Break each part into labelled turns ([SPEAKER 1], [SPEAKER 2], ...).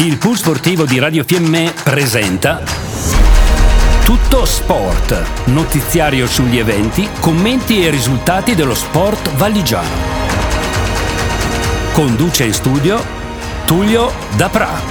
[SPEAKER 1] Il pool sportivo di Radio Fiemme presenta Tutto Sport, notiziario sugli eventi, commenti e risultati dello sport valligiano. Conduce in studio Tullio Dapra.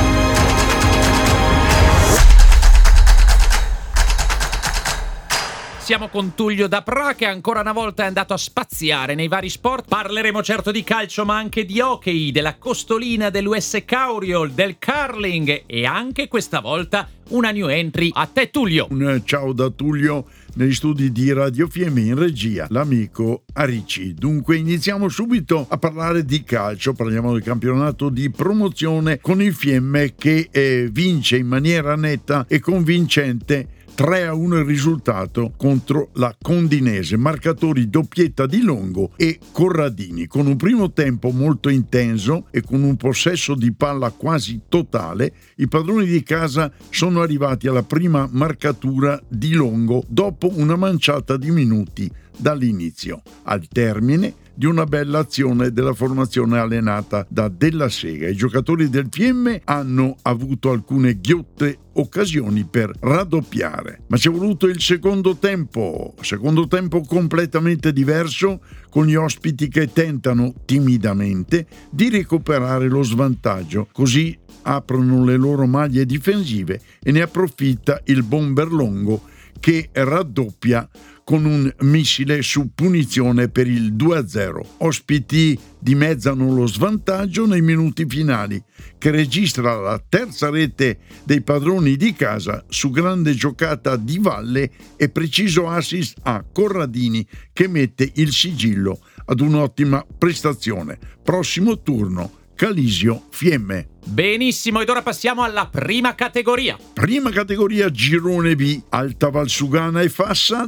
[SPEAKER 2] Siamo con Tullio Dapra, che ancora una volta è andato a spaziare nei vari sport. Parleremo certo di calcio, ma anche di hockey, della costolina dell'US Cauriol, del curling e anche questa volta una new entry. A te, Tullio.
[SPEAKER 3] Un ciao da Tullio negli studi di Radio Fiemme, in regia l'amico Arici. Dunque iniziamo subito a parlare di calcio. Parliamo del campionato di promozione con il Fiemme che vince in maniera netta e convincente 3-1 il risultato contro la Condinese, marcatori doppietta di Longo e Corradini. Con un primo tempo molto intenso e con un possesso di palla quasi totale, i padroni di casa sono arrivati alla prima marcatura di Longo dopo una manciata di minuti dall'inizio, al termine di una bella azione della formazione allenata da Della Sega. I giocatori del Fiemme hanno avuto alcune ghiotte occasioni per raddoppiare, ma ci è voluto il secondo tempo completamente diverso, con gli ospiti che tentano timidamente di recuperare lo svantaggio, così aprono le loro maglie difensive e ne approfitta il bomber Longo che raddoppia con un missile su punizione per il 2-0. Ospiti dimezzano lo svantaggio nei minuti finali, che registra la terza rete dei padroni di casa su grande giocata di Valle e preciso assist a Corradini, che mette il sigillo ad un'ottima prestazione. Prossimo turno, Calisio Fiemme.
[SPEAKER 2] Benissimo, ed ora passiamo alla prima categoria.
[SPEAKER 3] Prima categoria, girone B, Alta Valsugana e Fassa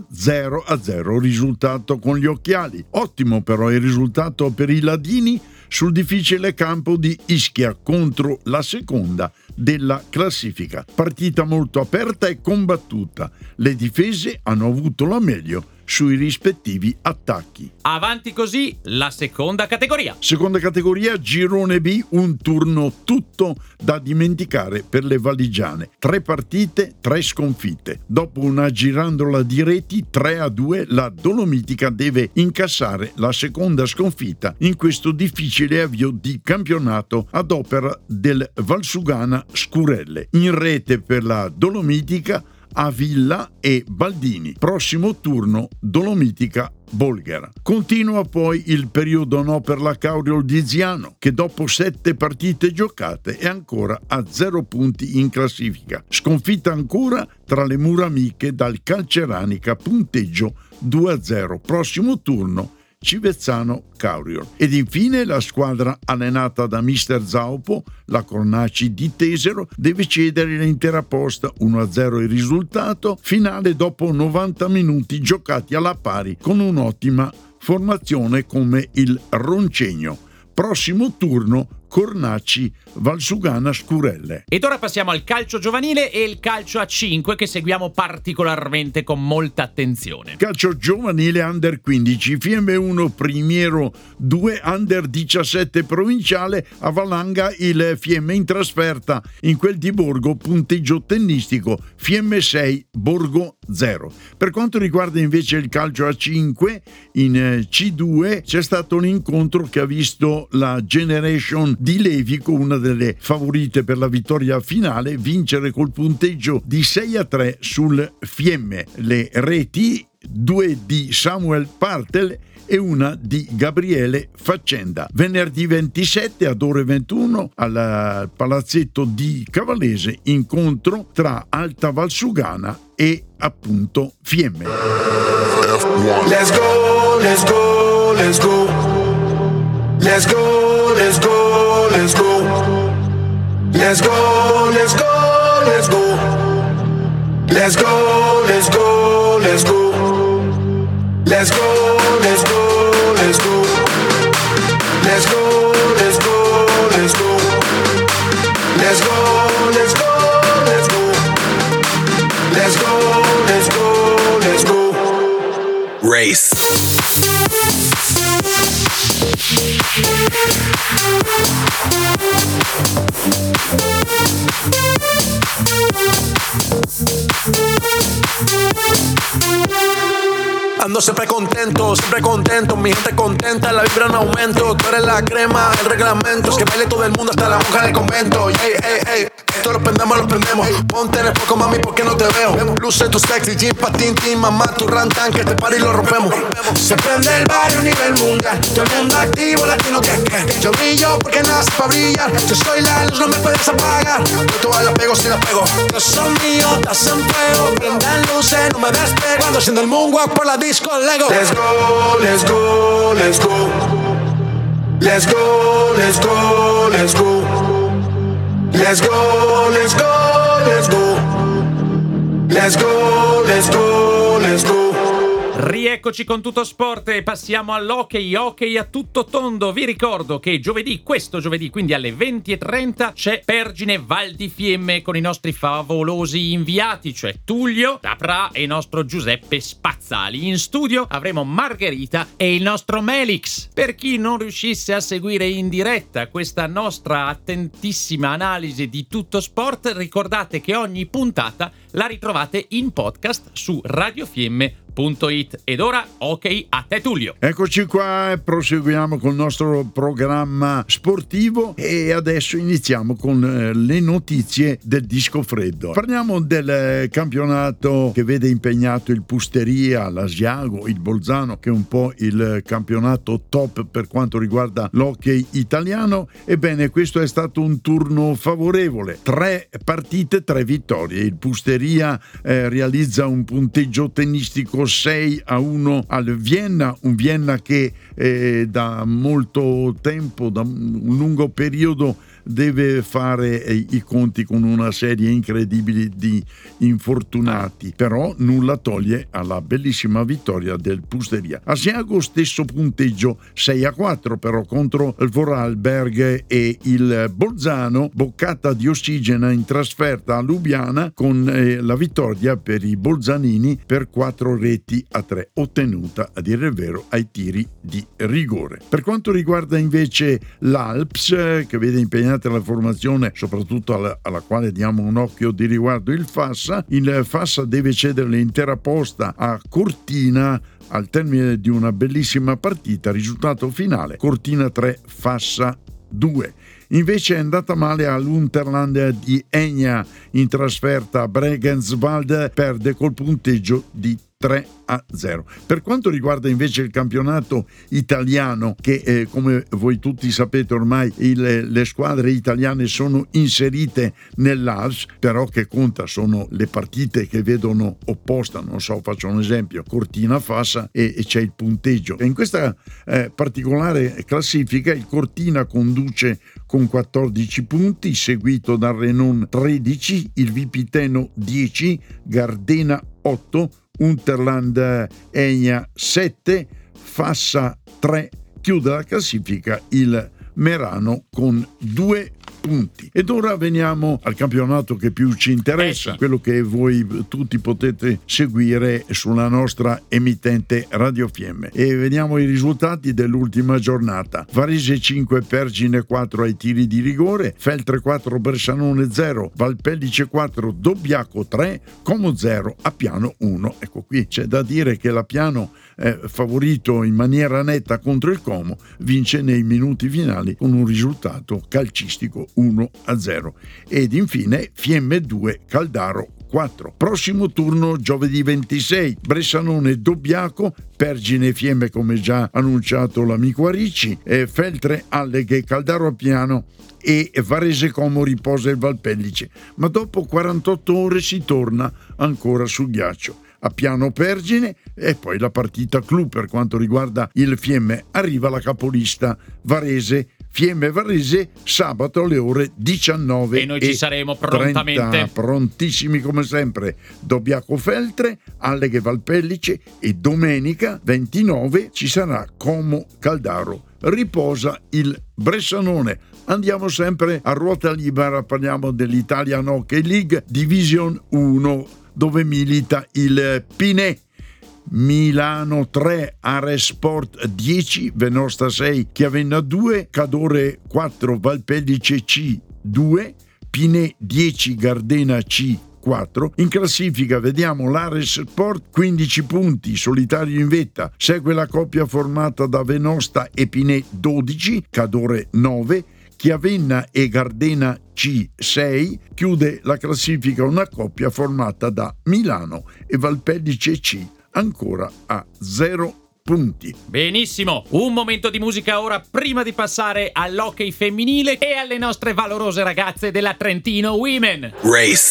[SPEAKER 3] 0-0, risultato con gli occhiali. Ottimo però il risultato per i ladini sul difficile campo di Ischia contro la seconda della classifica. Partita molto aperta e combattuta. Le difese hanno avuto la meglio sui rispettivi attacchi.
[SPEAKER 2] Avanti così la seconda categoria.
[SPEAKER 3] Seconda categoria, girone B, un turno tutto da dimenticare per le valigiane. 3 partite, 3 sconfitte. Dopo una girandola di reti 3-2, la Dolomitica deve incassare la seconda sconfitta in questo difficile avvio di campionato ad opera del Valsugana Scurelle. In rete per la Dolomitica Avilla e Baldini. Prossimo turno, Dolomitica Bolghera. Continua poi il periodo no per la Cauriol di Ziano, che dopo 7 partite giocate è ancora a 0 punti in classifica. Sconfitta ancora tra le mura amiche dal Calceranica, punteggio 2-0. Prossimo turno, Civezzano Cauriol. Ed infine la squadra allenata da mister Zaupo, la Cornaci di Tesero, deve cedere l'intera posta. 1-0 il risultato finale dopo 90 minuti giocati alla pari con un'ottima formazione come il Roncegno. Prossimo turno, Cornaci Valsugana Scurelle.
[SPEAKER 2] Ed ora passiamo al calcio giovanile e il calcio a 5, che seguiamo particolarmente con molta attenzione.
[SPEAKER 3] Calcio giovanile under 15, Fiemme 1 Primiero 2, under 17 provinciale, a Valanga il Fiemme in trasferta in quel di Borgo, punteggio tennistico Fiemme 6 Borgo 0. Per quanto riguarda invece il calcio a 5, in C2 c'è stato un incontro che ha visto la Generation di Levico, una delle favorite per la vittoria finale, vincere col punteggio di 6-3 sul Fiemme. Le reti, 2 di Samuel Partel e una di Gabriele Faccenda. Venerdì 27 ad ore 21 al palazzetto di Cavallese, incontro tra Alta Valsugana e appunto Fiemme.
[SPEAKER 4] Let's go, let's go, let's go. Let's go, let's go, let's go. Let's go, let's go, let's go. Let's go, let's go, let's go. Let's go, let's go, let's go. Let's go, let's go, let's go. Let's go, let's go, let's go. Let's go, let's go, let's go. Race.
[SPEAKER 5] Ando siempre contento, mi gente contenta, la vibra en aumento. Tú eres la crema, el reglamento, que baile todo el mundo hasta la monja del convento. Ey, esto lo prendemos. Ponte en el poco, mami, porque no te veo. Luce tu sexy jean, patín, mamá, tu rantan, que este party lo rompemos. Se prende el barrio a nivel mundial, todo el mundo activo, latino que yo brillo porque nace para brillar. Yo soy la luz, no me puedes apagar. Yo todas la pego si la pego. Yo soy mío, estás en fuego. Prendan luces, no me despego. Cuando haciendo el moonwalk por la disco Lego.
[SPEAKER 4] Let's go, let's go, let's go. Let's go, let's go, let's go. Let's go, let's go, let's go. Let's go, let's go, let's go.
[SPEAKER 2] Rieccoci con Tutto Sport e passiamo all'hockey a tutto tondo. Vi ricordo che questo giovedì, quindi alle 20:30, c'è Pergine Val di Fiemme con i nostri favolosi inviati, cioè Tullio Dapra e il nostro Giuseppe Spazzali. In studio avremo Margherita e il nostro Melix. Per chi non riuscisse a seguire in diretta questa nostra attentissima analisi di Tutto Sport, ricordate che ogni puntata la ritrovate in podcast su radiofiemme.it. Ed ora, ok, a te Tullio.
[SPEAKER 3] Eccoci qua e proseguiamo con il nostro programma sportivo e adesso iniziamo con le notizie del disco freddo. Parliamo del campionato che vede impegnato il Pusteria, l'Asiago, il Bolzano, che è un po' il campionato top per quanto riguarda l'hockey italiano. Ebbene, questo è stato un turno favorevole, 3 partite, 3 vittorie. Il Pusteria realizza un punteggio tennistico 6-1 al Vienna, un Vienna che da molto tempo, da un lungo periodo, deve fare i conti con una serie incredibile di infortunati, però nulla toglie alla bellissima vittoria del Pusteria. Asiago stesso punteggio 6-4 però contro il Vorarlberg e il Bolzano, boccata di ossigeno in trasferta a Lubiana con la vittoria per i bolzanini per 4-3 ottenuta a dire il vero ai tiri di rigore. Per quanto riguarda invece l'Alps, che vede impegnata la formazione, soprattutto alla quale diamo un occhio di riguardo, il Fassa deve cedere l'intera posta a Cortina al termine di una bellissima partita. Risultato finale: Cortina 3, Fassa 2. Invece è andata male all'Unterland di Egna in trasferta a Bregenzwald, perde col punteggio di 3-0. Per quanto riguarda invece il campionato italiano, che come voi tutti sapete ormai le squadre italiane sono inserite nell'ALS, però che conta sono le partite che vedono opposta, non so, faccio un esempio, Cortina-Fassa e c'è il punteggio. E in questa particolare classifica il Cortina conduce con 14 punti, seguito dal Renon 13, il Vipiteno 10, Gardena 8, Unterland Egna 7, Fassa 3, chiude la classifica il Merano con 2 punti. Ed ora veniamo al campionato che più ci interessa, quello che voi tutti potete seguire sulla nostra emittente Radio Fiemme. E vediamo i risultati dell'ultima giornata. Varese 5, Pergine 4 ai tiri di rigore, Feltre 4, Bressanone 0, Valpellice 4, Dobbiaco 3, Como 0, Appiano 1. Ecco, qui c'è da dire che l'Appiano, favorito in maniera netta contro il Como, vince nei minuti finali con un risultato calcistico 1-0. Ed infine Fiemme 2, Caldaro 4. Prossimo turno giovedì 26, Bressanone Dobbiaco, Pergine Fiemme come già annunciato l'amico Arici, Feltre Alleghe, Caldaro Appiano e Varese Como riposa il Valpellice, ma dopo 48 ore si torna ancora sul ghiaccio. Appiano Pergine e poi la partita clou per quanto riguarda il Fiemme. Arriva la capolista Varese, Fiemme Varese, sabato alle ore 19
[SPEAKER 2] e noi ci saremo prontamente
[SPEAKER 3] 30, prontissimi come sempre. Dobbiaco Feltre, Alleghe Valpellice e domenica 29 ci sarà Como Caldaro, riposa il Bressanone. Andiamo sempre a ruota libera, parliamo dell'Italian Hockey League Division 1 dove milita il Pinè. Milano 3, Ares Sport 10, Venosta 6, Chiavenna 2, Cadore 4, Valpellice C 2, Pinè 10, Gardena C 4. In classifica vediamo l'Ares Sport 15 punti, solitario in vetta, segue la coppia formata da Venosta e Pinè 12, Cadore 9, Chiavenna e Gardena C6, chiude la classifica una coppia formata da Milano e Valpellice C ancora a 0 punti.
[SPEAKER 2] Benissimo, un momento di musica ora prima di passare all'hockey femminile e alle nostre valorose ragazze della Trentino Women.
[SPEAKER 5] Race.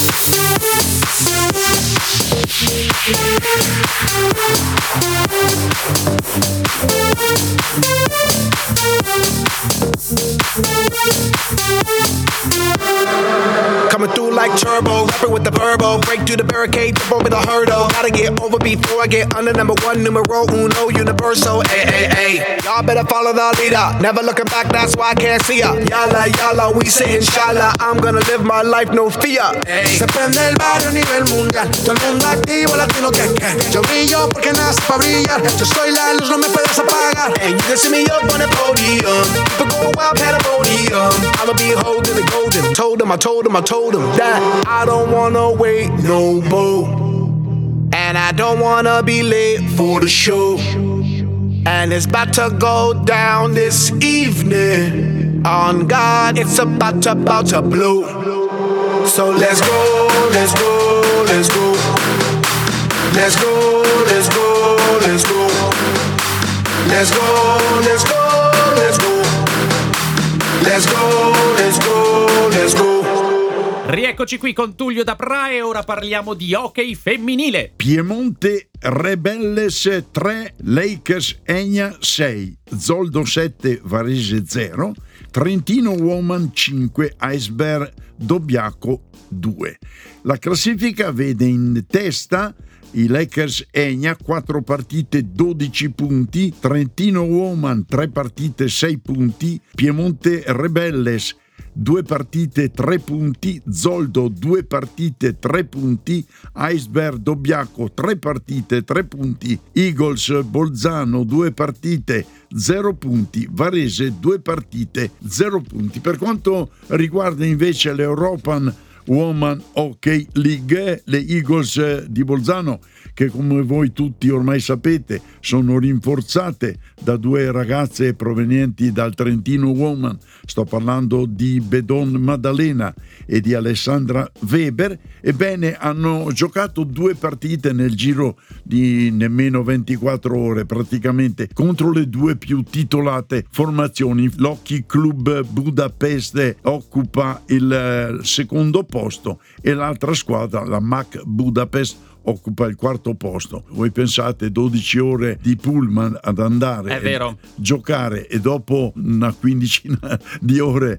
[SPEAKER 5] Coming through like turbo, rapping with the verbo. Break through the barricade, jump over the hurdle. Gotta get over before I get under number one, numero uno, universal. Ay, ay, ay. Y'all better follow the leader. Never looking back, that's why I can't see ya. Yalla, yalla, we say inshallah. I'm gonna live my life, no fear. Ay. Se prende el barrio a nivel mundial. Todo el mundo activo, latino que. Yo brillo porque nací pa' brillar. Yo soy la luz, no me puedes apagar. And you can see me up on the podium. People go wild, pandemonium. I'ma be holding the golden. I told him that I don't wanna wait no more. And I don't wanna be late for the show. And it's about to go down this evening. On God, it's about to blow. So let's go, let's go, let's go. Let's go, let's go, let's go. Let's go, let's go, let's go. Let's go, let's go, let's go.
[SPEAKER 2] Rieccoci qui con Tullio da Pra e ora parliamo di hockey femminile.
[SPEAKER 3] Piemonte Rebelles 3, Lakers Egna 6, Zoldo 7, Varese 0, Trentino Woman 5, Iceberg Dobbiaco 2. La classifica vede in testa i Lakers Egna 4 partite 12 punti, Trentino Woman 3 partite 6 punti, Piemonte Rebelles 2 partite 3 punti, Zoldo 2 partite 3 punti, Iceberg Dobbiaco 3 partite 3 punti, Eagles Bolzano 2 partite 0 punti, Varese 2 partite 0 punti. Per quanto riguarda invece l'European Woman Hockey League, le Eagles di Bolzano, che come voi tutti ormai sapete sono rinforzate da 2 ragazze provenienti dal Trentino Woman, sto parlando di Bedon Maddalena e di Alessandra Weber, ebbene hanno giocato 2 partite nel giro di nemmeno 24 ore praticamente contro le 2 più titolate formazioni. L'Hockey Club Budapest occupa il secondo posto e l'altra squadra, la MAC Budapest, occupa il quarto posto. Voi pensate 12 ore di pullman ad andare e giocare e dopo una quindicina di ore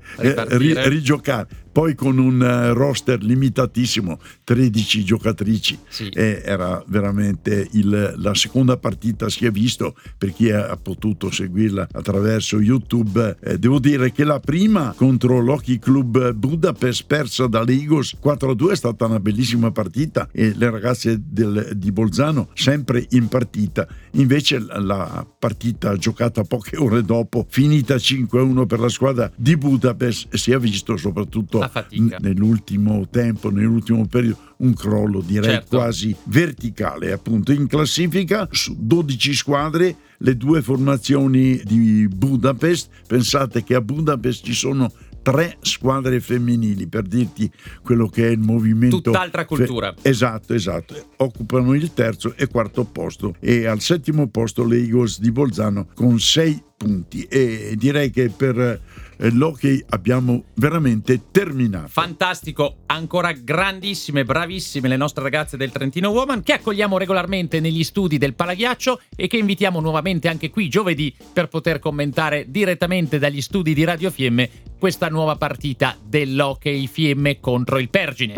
[SPEAKER 3] rigiocare, poi con un roster limitatissimo, 13 giocatrici. Sì. Era veramente la seconda partita, si è visto per chi ha potuto seguirla attraverso YouTube. Devo dire che la prima contro l'Hockey Club Budapest, persa dalle Eagles 4-2, è stata una bellissima partita e le ragazze di Bolzano sempre in partita. Invece la partita giocata poche ore dopo, finita 5-1 per la squadra di Budapest, si è visto soprattutto nell'ultimo tempo, nell'ultimo periodo, un crollo direi quasi verticale. Appunto in classifica su 12 squadre le 2 formazioni di Budapest. Pensate che a Budapest ci sono 3 squadre femminili, per dirti quello che è il movimento.
[SPEAKER 2] Tutt'altra cultura.
[SPEAKER 3] Esatto. Occupano il terzo e quarto posto e al settimo posto le Eagles di Bolzano con 6 punti. E direi che per l'hockey abbiamo veramente terminato.
[SPEAKER 2] Fantastico, ancora grandissime, bravissime le nostre ragazze del Trentino Woman, che accogliamo regolarmente negli studi del Palaghiaccio e che invitiamo nuovamente anche qui giovedì per poter commentare direttamente dagli studi di Radio Fiemme questa nuova partita dell'hockey Fiemme contro il Pergine.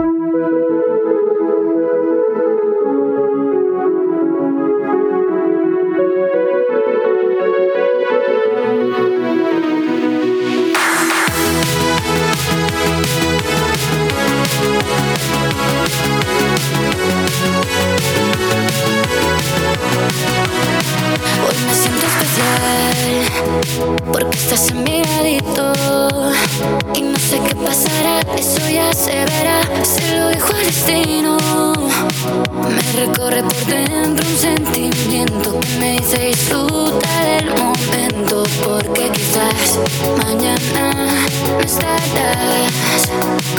[SPEAKER 6] Eso ya se verá, se lo dejo al destino. Me recorre por dentro un sentimiento que me dice disfruta del momento, porque quizás mañana no estarás.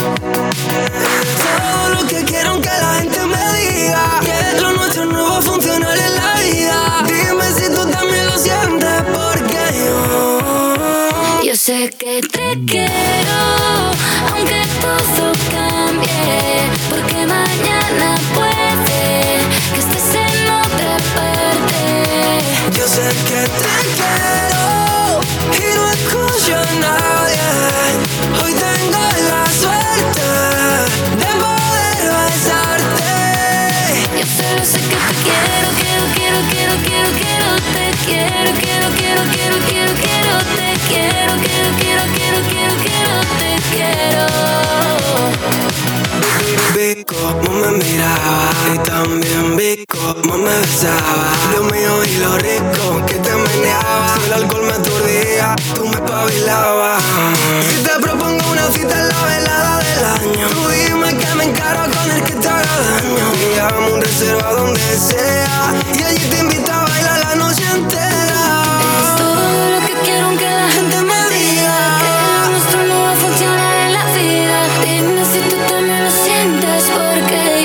[SPEAKER 7] Todo lo que quiero que la gente me diga, que lo nuestro no va a funcionar en la vida. Dime si tú también lo sientes, porque
[SPEAKER 6] yo sé que te quiero, aunque todo cambie, porque mañana puede que estés en otra parte.
[SPEAKER 7] yo sé que te quiero y no escucho a nadie. Hoy tengo la suerte de poder besarte.
[SPEAKER 6] Yo solo sé que te quiero, te quiero, te quiero.
[SPEAKER 7] Vi cómo me miraba y también vi cómo me besaba. Lo mío y lo rico que te meneaba. Si el alcohol me aturdía, tú me espabilabas. Si te propongo una cita en la velada del año, tú dime que me encaro con el que te haga daño. Y hagamos un reserva donde sea, y allí te invito a bailar la noche entera.
[SPEAKER 6] Es todo lo que quiero aunque la gente me diga que lo nuestro no va a funcionar en la vida. Dime si tú también lo sientes, porque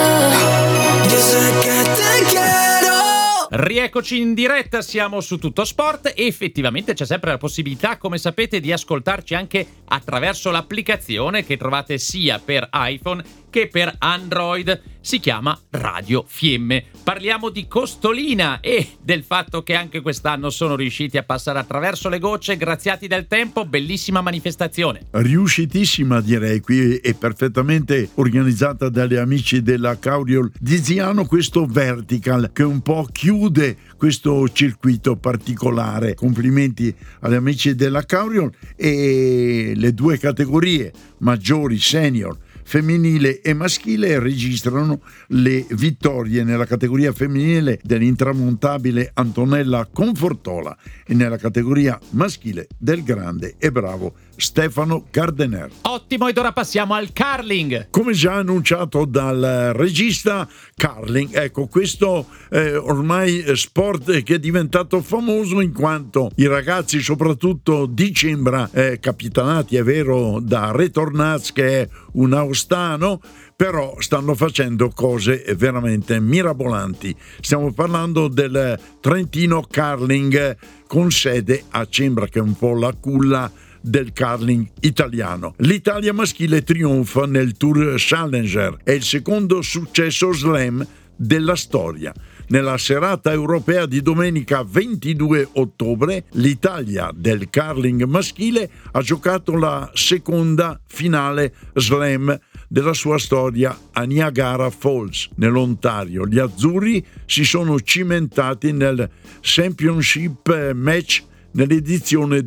[SPEAKER 7] yo sé che te quiero.
[SPEAKER 2] Rieccoci in diretta, siamo su Tutto Sport e effettivamente c'è sempre la possibilità, come sapete, di ascoltarci anche attraverso l'applicazione che trovate sia per iPhone che per Android. Si chiama Radio Fiemme. Parliamo di Costolina e del fatto che anche quest'anno sono riusciti a passare attraverso le gocce, graziati del tempo. Bellissima manifestazione.
[SPEAKER 3] Riuscitissima, direi, qui è perfettamente organizzata dagli amici della Cauriol di Ziano, questo vertical che un po' chiude questo circuito particolare. Complimenti agli amici della Cauriol, e le due categorie maggiori, senior, femminile e maschile, registrano le vittorie nella categoria femminile dell'intramontabile Antonella Confortola e nella categoria maschile del grande e bravo Stefano Cardener.
[SPEAKER 2] Ottimo, ed ora passiamo al curling.
[SPEAKER 3] Come già annunciato dal regista, curling, ecco, questo ormai sport che è diventato famoso in quanto i ragazzi, soprattutto di Cembra, capitanati, è vero, da Retornaz, che è un austano, però stanno facendo cose veramente mirabolanti. Stiamo parlando del Trentino Curling con sede a Cembra, che è un po' la culla del curling italiano. L'Italia maschile trionfa nel Tour Challenger, è il secondo successo slam della storia. Nella serata europea di domenica 22 ottobre, l'Italia del curling maschile ha giocato la seconda finale slam della sua storia a Niagara Falls, nell'Ontario. Gli azzurri si sono cimentati nel Championship Match nell'edizione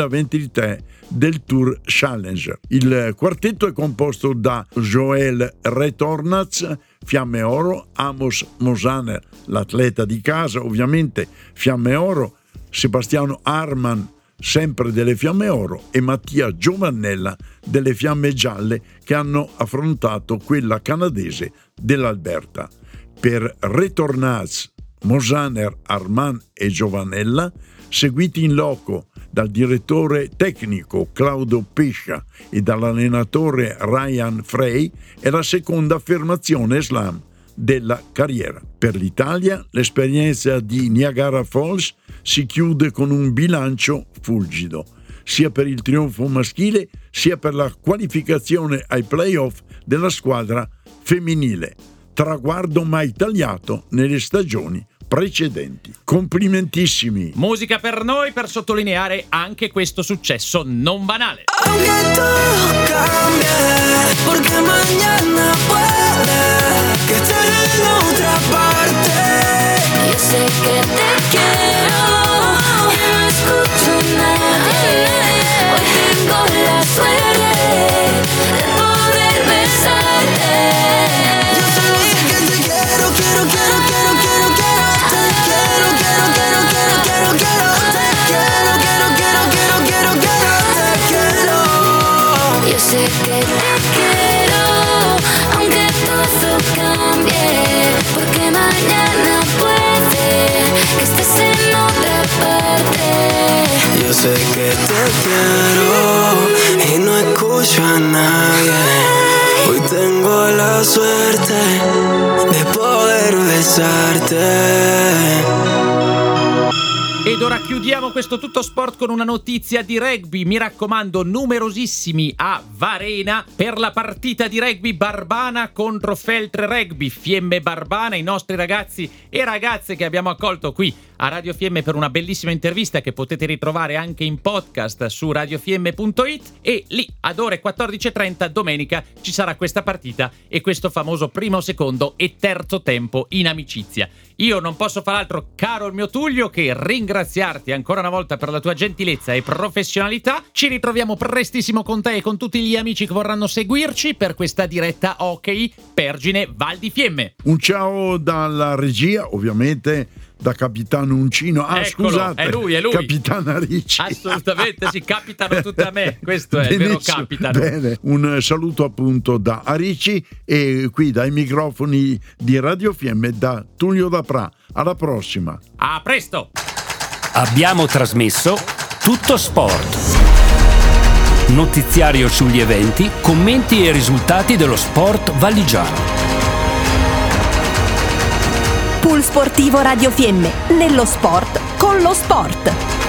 [SPEAKER 3] 2023 del Tour Challenger. Il quartetto è composto da Joël Retornaz, Fiamme Oro, Amos Mosaner, l'atleta di casa, ovviamente Fiamme Oro, Sebastiano Arman, sempre delle Fiamme Oro, e Mattia Giovannella delle Fiamme Gialle, che hanno affrontato quella canadese dell'Alberta. Per Retornaz, Mosaner, Arman e Giovannella, seguiti in loco dal direttore tecnico Claudio Pescia e dall'allenatore Ryan Frey, è la seconda affermazione slam della carriera. Per l'Italia l'esperienza di Niagara Falls si chiude con un bilancio fulgido, sia per il trionfo maschile sia per la qualificazione ai playoff della squadra femminile, traguardo mai tagliato nelle stagioni precedenti. Complimentissimi.
[SPEAKER 2] Musica per noi per sottolineare anche questo successo non banale.
[SPEAKER 7] Aunque todo cambie, porque mañana puede que estés en otra parte.
[SPEAKER 6] yo sé que te quiero y no escucho a nadie. Hoy tengo la suerte de poder besarte.
[SPEAKER 7] Yo solo sé que te quiero, quiero, quiero, quiero, quiero, quiero. Te quiero, quiero, quiero, quiero, quiero, quiero. Te quiero, quiero, quiero, quiero, quiero, quiero. Te quiero.
[SPEAKER 6] Yo sé te quiero, aunque todo cambie, porque mañana puede que estés en otra parte.
[SPEAKER 7] Yo sé que te quiero y no escucho a nadie. Hoy tengo la suerte de poder besarte.
[SPEAKER 2] Ed ora chiudiamo questo Tutto Sport con una notizia di rugby. Mi raccomando, numerosissimi a Varena per la partita di rugby Barbana contro Feltre Rugby. Fiemme Barbana, i nostri ragazzi e ragazze che abbiamo accolto qui a Radio Fiemme per una bellissima intervista che potete ritrovare anche in podcast su radiofiemme.it, e lì ad ore 14:30 domenica ci sarà questa partita e questo famoso primo, secondo e terzo tempo in amicizia. Io non posso far altro, caro il mio Tullio, che ringraziarti ancora una volta per la tua gentilezza e professionalità. Ci ritroviamo prestissimo con te e con tutti gli amici che vorranno seguirci per questa diretta hockey Pergine Val di Fiemme.
[SPEAKER 3] Un ciao dalla regia, ovviamente da Capitano Uncino.
[SPEAKER 2] Eccolo,
[SPEAKER 3] scusate,
[SPEAKER 2] è lui.
[SPEAKER 3] Capitana Ricci.
[SPEAKER 2] Assolutamente, sì, capitano tutte a me. Questo è il vero capitano.
[SPEAKER 3] Bene, un saluto appunto da Arici e qui dai microfoni di Radio Fiemme da Tullio Dapra. Alla prossima.
[SPEAKER 2] A presto.
[SPEAKER 1] Abbiamo trasmesso Tutto Sport. Notiziario sugli eventi, commenti e risultati dello sport valligiano.
[SPEAKER 8] Pool sportivo Radio Fiemme, nello sport con lo sport.